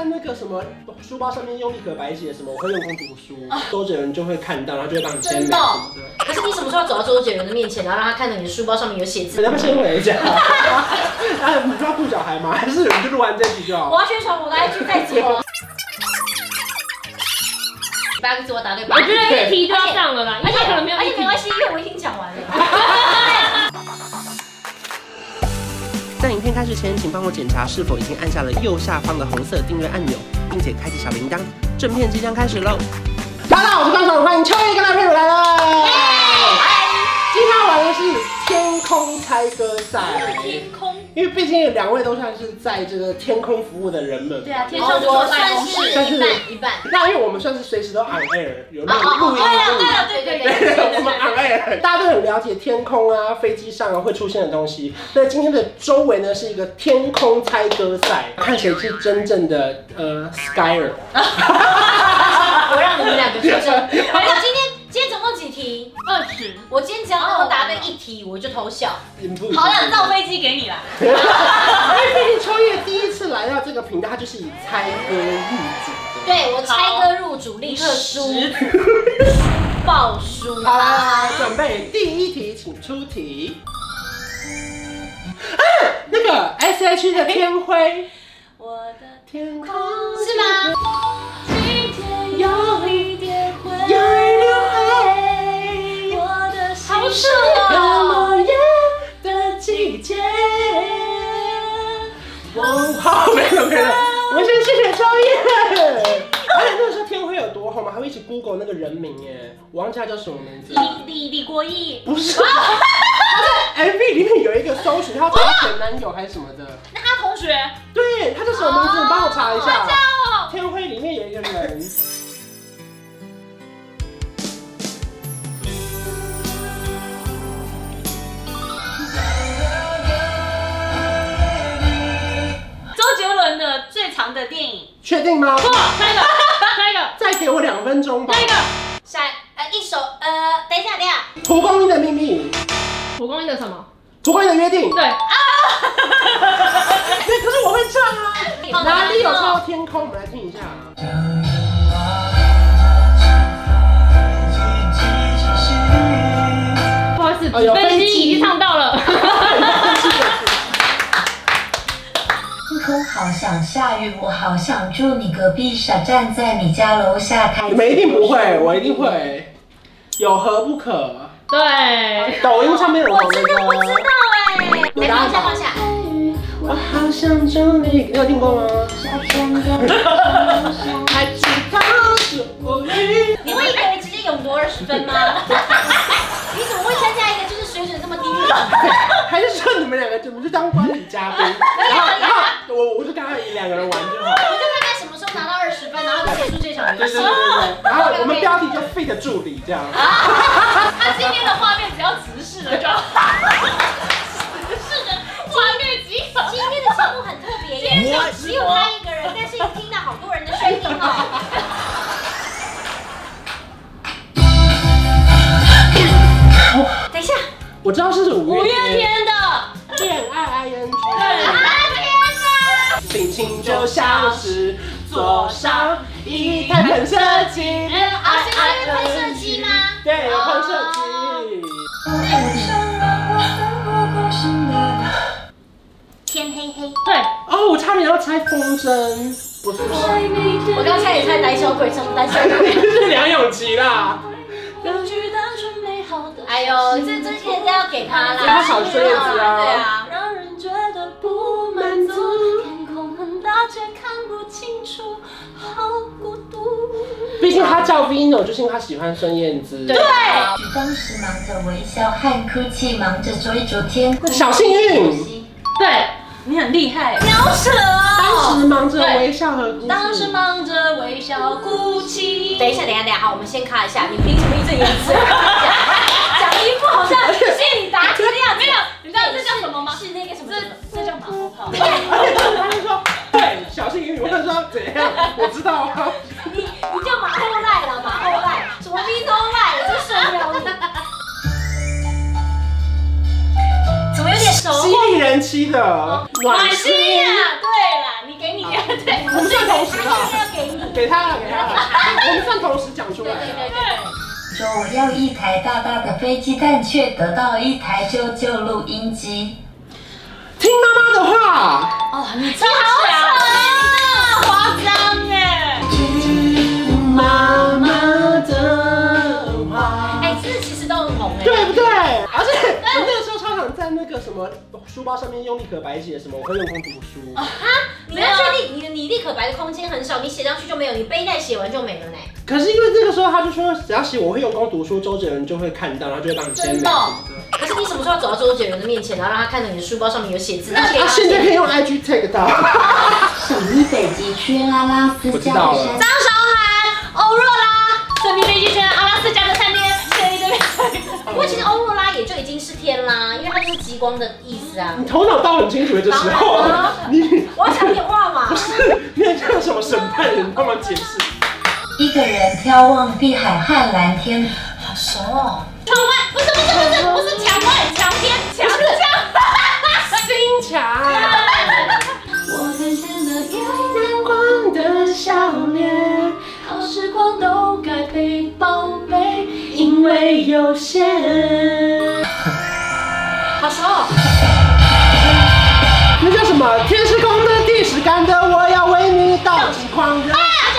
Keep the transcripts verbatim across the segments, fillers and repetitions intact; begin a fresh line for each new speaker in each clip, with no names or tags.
在那个什么书包上面用立可白写什么，我会用功读书，周杰伦就会看到，然后就会帮你签名。真的？
可是你什么时候走到周杰伦的面前，然后让他看到你的书包上面有写字？
你要不要先回家？哎，你不要顾小孩吗？还是你就录完这集就好？
我要宣传我的 I G 再走。八个字我答对吧？
我觉得一题就要上了啦，而且可能没有，
而且没关系，因为我已经讲完了。
在影片开始前，请帮我检查是否已经按下了右下方的红色订阅按钮，并且开启小铃铛。正片即将开始喽！大家好，我是关总，欢迎秋叶跟他配我来了。今天要玩的是天空猜歌赛。
天空，
因为毕竟两位都算是在这个天空服务的人们。
对啊，天上我算是一半一半。
那因为我们算是随时都 on air， 有那种录音录影。
对对对对，
我们 on air， 大家都很了解天空啊、飞机上啊会出现的东西。那今天的周围呢是一个天空猜歌赛，看谁是真正的呃 skier。
我让你们两个出声。我今天。今天总共几题？
二十。
我今天只要能够答对一题，我就偷笑。
好了，造飞机给你啦。
因为毕竟秋叶第一次来到这个频道，他就是以猜歌入主的。
对，我猜歌入主，立刻输，爆输。
好啦，准备第一题，请出题。啊，那个 S H 的天灰。我的天空
是吗？
今天有一点灰。
有一点灰，
我的心
好
是
落叶的季节。好，没了没了，我们先谢谢秋叶。而且那个时候天灰有多红嘛，还会一起 Google 那个人名耶，我忘记他叫什么名字。
李李李国毅。
不是，他在 M V 里面有一个搜寻，他找前男友还是什么的。
那他同学？
对，他叫什么名字？你帮我查一下。
哦、
天灰里面有一个人。
周杰伦的最长的电影。
确定吗？
错，下一个，下一个。
再给我两分钟吧。
下一个。
下呃一首呃，等一下等一下。
蒲公英的秘密。
蒲公英的什么？
蒲公英的约定。
对啊。
对，可是我会唱啊。哪里有唱到天空？我们来听一下。
不好意思，飞机已经唱到了。
天空好想下雨，我好想住你隔壁，傻站在你家楼下开。
你们一定不会，我一定会。有何不可？
对。
抖音上面有
我真的不知道哎。
有答案吗？
放下。
我好想住你，你有听过吗？还知道是我雨。
你会一个人直接勇夺二十分吗？你怎么会参加一个就是水准这么低的比赛？
还是说你们两个怎么去当观礼嘉宾？然后然后我我就跟他两个人玩就好。
我就看看什么时候拿到二十分，然后就结束这场游戏。
对对对对。然后我们标题就 fit 助理这样。
他今天的画面只要直视了就好。直视的画面即可。
今天的节目很特别耶，只有他一个人，但是听到好多人的声音哦。等一下，
我知道是五
五月
月
天的
恋爱 I N G。
对。
啊天哪！
心情就像是坐上一台喷射机。
啊，是因为喷射机吗？
对，有喷射机。
天黑黑。
对。
哦，我差点要猜风筝，不是不是。
我刚才也猜胆小鬼，什么胆小鬼？
是梁咏琪啦。
哎呦，这这些都要给他啦。
他好孙燕姿啊。
对啊。
让人觉得不满足，天空很大却看不清楚，好孤独。
毕竟他叫 Vino， 就是因为他喜欢孙燕姿。
对。
当时忙着微笑和哭泣，忙着追逐天空。
小幸运。
对，你很厉害。
鸟扯哦。
当时忙着微笑和哭泣。
当时忙着微笑哭泣。
等一下，等一下，等一下，好，我们先卡一下。你凭什么义正言辞？讲一副好像心里答题的样子。
没有，你知道这叫什么吗？
是那个什么？
这这叫马后炮。
他就说，对，小幸运。我就说怎样？我知道啊。
你你就马后赖了，马后赖，什么 Vino 赖，我就受不了你。怎么有点熟？
犀利人妻的
暖心呀，对啦，你给你。
对，
我们算同时啊，
要给你，
给他了，给他了，我们算同时讲出来。
对对对。
说我要一台大大的飞机，但却得到一台旧旧录音机。
听妈妈的话。
哦，你超强啊，夸张哎。
听妈妈的话。
哎，这其实都很红哎。
对不对？而且我那个时候超常在那个什么书包上面用立可白写什么，我会用功读书。
啊，你要确定你的你立可白的空间很少，你写上去就没有，你背带写完就没了呢。
可是因为这个时候他就说，只要写我会用功读书，周杰伦就会看到，然后就会帮你签名。
可是你什么时候走到周杰伦的面前，然后让他看到你的书包上面有写字？
他现在可以用 I G tag 到。
首尼北极圈阿拉斯加的山。
张韶涵、欧若拉，首尼北极圈阿拉斯加的餐厅，谁的名字？不过其实欧若拉也就已经是天啦，因为它就是极光的意思啊。
你头脑倒很清楚的这时候，你
我要讲点话嘛。
不是，你很像什么审判人，帮忙解释。
一个人眺望碧海和蓝天，好熟哦。
窗外不是不是不是不是墙外墙边墙墙，
心墙。
我看见了
阳光的笑脸，
好时光都该被宝贝，
因为有限。
好熟哦。
那叫什么？天是空的，地是干的，我要为你倒进狂热。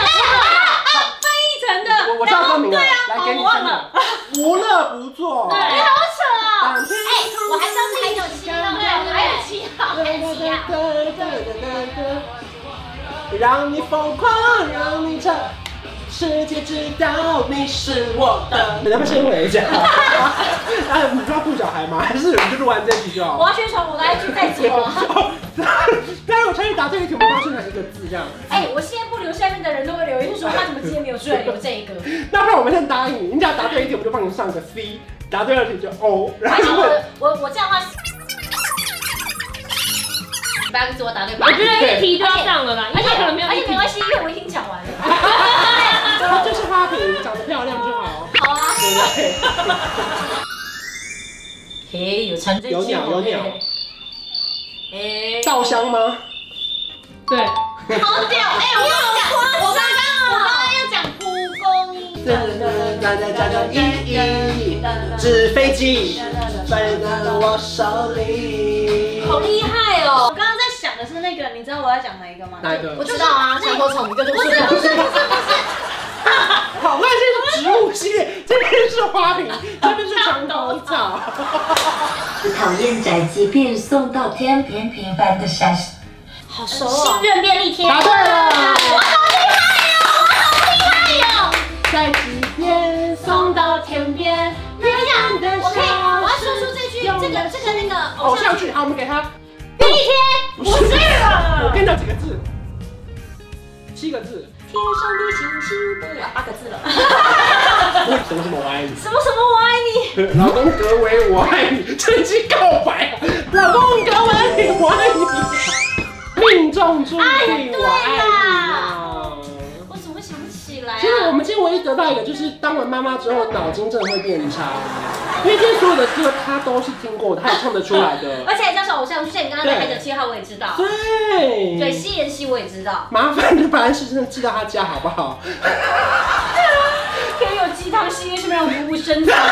我我知道歌名了，来给你唱了。无乐不作。
你好扯哦！
哎，
我还上次还有七号，对，还有七号，还有七号。
让你疯狂，让你唱，世界知道你是我的。你要不要先回一下？哎，你知道顾小孩吗？还是你就录完这句就好？
我要宣传我的 I G 再走。
待会我参与答这个题，我们发生哪一个字这样？
哎，我现在不留下面的人都会留言说他怎么今天没有出来留这个。
那不然我们先答应你，你只要答对一题，我们就帮你上个 C， 答对二题就 O。然后
我我我这样的话，八个字我答对八。
我觉得一题就要上了啦，
而且
可能没有，
而且没关系，因为我已经讲完了。
它就是花瓶，长得漂亮就好。
好啊。
对不对？
嘿，有蝉在
有鸟有鸟。
哎，
稻香吗？
对。
好屌！哎，我刚刚我刚刚我刚刚要讲蒲公英。
哒哒哒哒一一，纸飞机飞到我手里。
好厉害哦！
我刚刚在想的是那个，你知道我要讲哪一个吗？
哪一个？
我知道啊，墙头草，你就不是不是不是不是。
好，那这是植物系列，这边是花瓶，这边是墙头草。
讨厌宅急便送到天平平凡的闪。
好熟哦！新任便利贴。
答对了。
我好厉害哟！我好厉害哟！
宅急便送到天边，
等一下，我可以，我要说出这句，这个这个那个
偶像剧，好，我们给他
便利贴。不是
我跟你讲几个字，七个字。
天上的星星不要八个字了。
什么什么我爱你？
什么什么我爱你？
老公格为我爱你，趁机告白。老公格为我爱你，命中注定我爱你啊！
我怎么会想不起来啊？
其实我们今天唯一得到一个，就是当完妈妈之后，脑筋真的会变差。因为今天所有的歌她都是听过，她也唱得出来的。
而且还加上偶像剧，像你刚刚的《海角七号》，我也知道。
对。
对，西人西我也知道。
麻烦你把安室真的寄到他家好不好？
可以有鸡汤系列，是不是让我补补身材？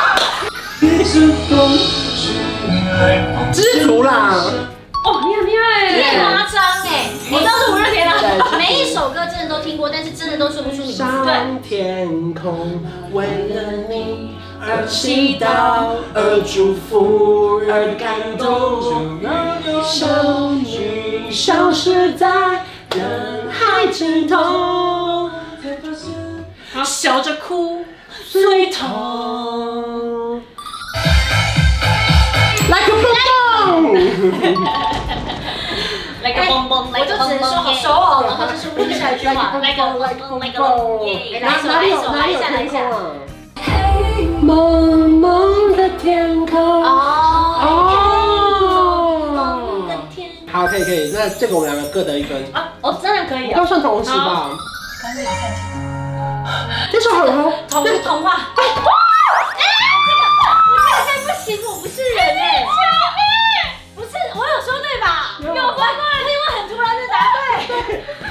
知足啦。
哦，你很厉害
你很
哎！
夸张哎！我倒是五月天啊，每一首歌真的都听过，但是真的都说不出名字。
上天空为了你而祈祷，而祝福，而感动。少女消失在人海尽头，
笑着哭
最痛。Like a bomb。
来个蹦蹦，我就只能说好熟哦，然后就是问下一句话，来个蹦蹦，来个蹦，耶！来一首，来一首，来一下，来一下。
蒙蒙的天空。
哦。
好，可以可以，那这个我们两个各得一分。
啊，哦，真的可以啊。
要算同时吧。这首很红，
童童话。哇！哎，这个我这个不行，我不是人哎。不是，我有说对吧？有关关，因为很突然的答对。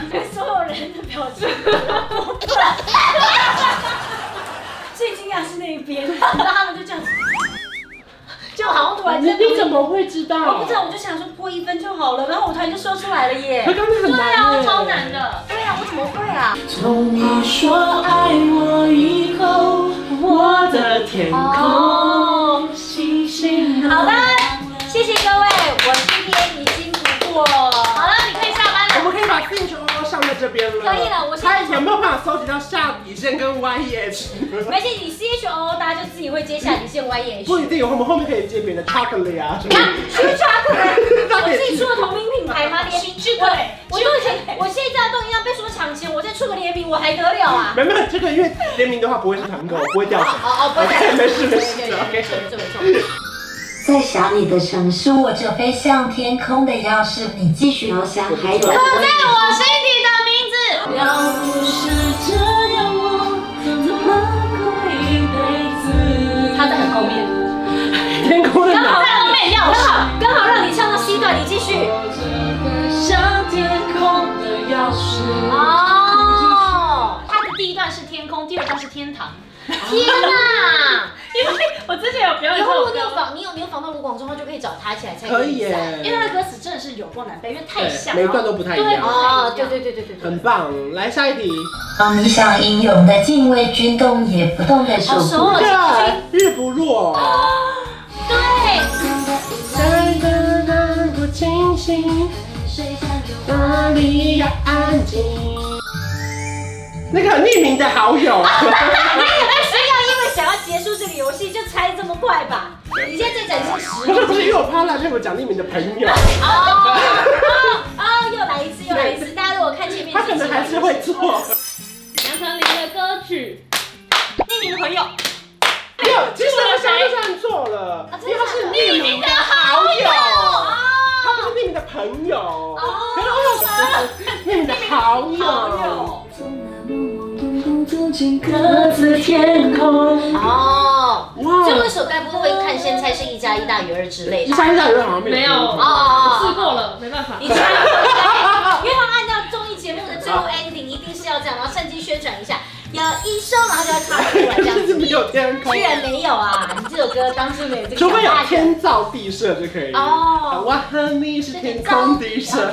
你你怎么会知道？
我不知道，我就想说破一分就好了，然后我突然就说出来了耶。
他刚刚很难耶。
对啊，超难的。
对啊，我怎么会啊？
从你说爱我以后，我的天空星星。
好的，谢谢各位，我今天已经不过。
好了，你可以下班了。
我们可以把 C H O O 上在这边了。
可以了我现在
他有没有办法搜集到下底线跟 Y E H？
没关系，你 C H O O 大家就自己会接下底线 Y E H。
不一定，我们后面可以接别的 chocolate 啊什么
你看，
的。
去 chocolate， 我自己出了同名品牌吗？联名去对，我都已经，我现在都一样被说抢钱，我再出个联名，我还得了啊？
没有没有，这个因为联名的话不会是团购，不会掉钱。
哦哦，不会，
没事没事
对对
，OK。
对，没错没错。
在想你的城市，握着飞向天空的钥匙，你继续翱翔，还有
刻在我心底的名字。
要不是这样，我怎么过一辈子？
他在很后面，
天空的
刚好
鸟，
在后面要刚好刚好让你唱到 C 段，你继续。
像天空的钥匙。
哦，
它的第一段是天空，第二段是天堂。
天哪！
因为我之前有表
以
演这首歌，
后如果你有访，你有你有访到卢广仲，他就可以找他起来参
可以
与比赛。
因为
耶，
那歌词真的是有够难背，因为太像，
每一段都不太一样。
哦，对对对对对对。
很棒，来下一题。
当你想英勇的禁卫军动也不动的手
好熟哦
部，
这日不落。
对，
在的难不清醒，哪里要安静？那个匿名的好友。
你有没有需要因为想要结束这个游戏就猜这么快吧？你现在在展现实力。
不是不是，因为我怕赖佩如讲匿名的朋友，
哦哦哦，又来一次又来一次，大家如果看前面，
他可能还是会做。
杨丞琳的歌曲《匿名的朋友》。
没有，其实我想就算错了，因为他是匿名的好友，他不是匿名的朋友。可是我有匿名的好友。
走进各自天空。
哦，
哇
最后一首该不会看先猜是一加一大于二之类的？
一下一下有人好像没有
没有，
听过
哦
试过了，没办法。
你猜过，因为他们按照综艺节目的最后 ending 一定是要这样，然后趁机宣传一下，有一首，然后就要唱出来这样子。
就是没有天空
居，然没有啊！你这首歌当初没有这个
除非有
想法
天造地设就可以。
哦
我和你是天空地设。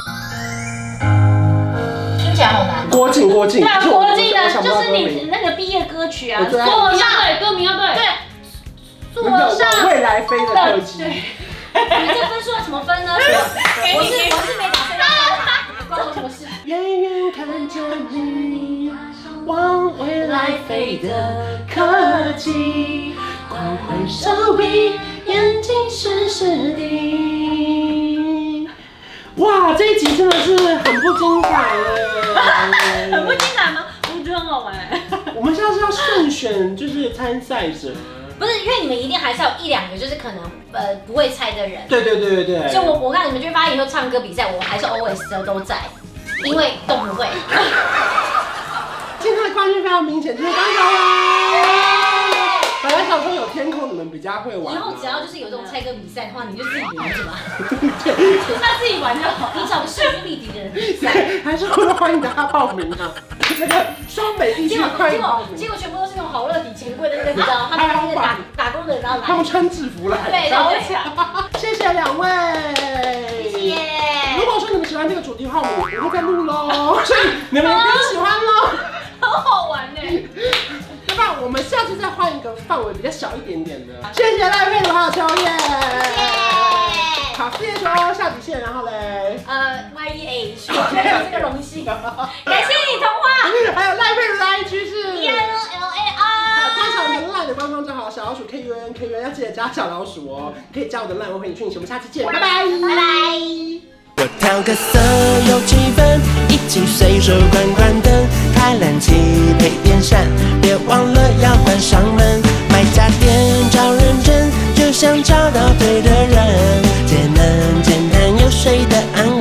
听起来好难哦。
郭靖，郭靖，
对啊，
是我
国际的
我想不到
就是你
歌名
那个毕业歌曲啊，
我最爱
歌名要对，歌名要对。
对，
那个
坐上。
往未来飞的特技。
你这分数要怎么分呢？我是我是没打算要分，关我什么事？
远远看着你，往未来飞的科技，快挥手臂，眼睛湿湿的。哇，这一集真的是很不精彩耶！
很不精彩吗？我觉得很好玩。
我们现在是要慎选，就是参赛者。
不是，因为你们一定还是有一两个就是可能呃不会猜的人。
对对对对对。
就我我看你们就会发现以后唱歌比赛，我还是 always 的都在，因为都不会。
今天的冠军非常明显，就是刚刚啦。本来想说有天空，你们比较会玩。
以后只要就是有这种猜歌比赛的话，你就自己玩着吧，
他自己玩就好。
你找个势均力敌的人比赛。
对，还是会欢迎大家报名啊。那个双北地区
结果
快
结果
报名。
结果全部都是那种好乐迪钱柜的那个，你知道吗？他们那个打打工的人然后来。
他们穿制服来。
对，然后抢。
谢谢两位。
谢谢。
如果说你们喜欢这个主题的话，我们不会再录喽，所以你们一定喜欢喽。
好好玩呢。
要不然我们下次再换一个范围比较小一点点的。谢谢赖佩如还有秋叶。好，谢谢说下底线，然后嘞。
呃 Y E H， 我觉得有这个荣幸，感谢你童话。
还有赖佩如的 I G 是
L L A
还有
R。
观察我们的 LINE 的官方账号小老鼠 K U N K U N， 要记得加小老鼠哦，可以加我的 LINE，我回你讯息，我们下期见，拜拜，
拜拜。
我调个色有气氛，一起随手关关灯，开冷气配电扇，别忘了要关上门。买家电找认真，就像找到对的人，节能简单又睡得安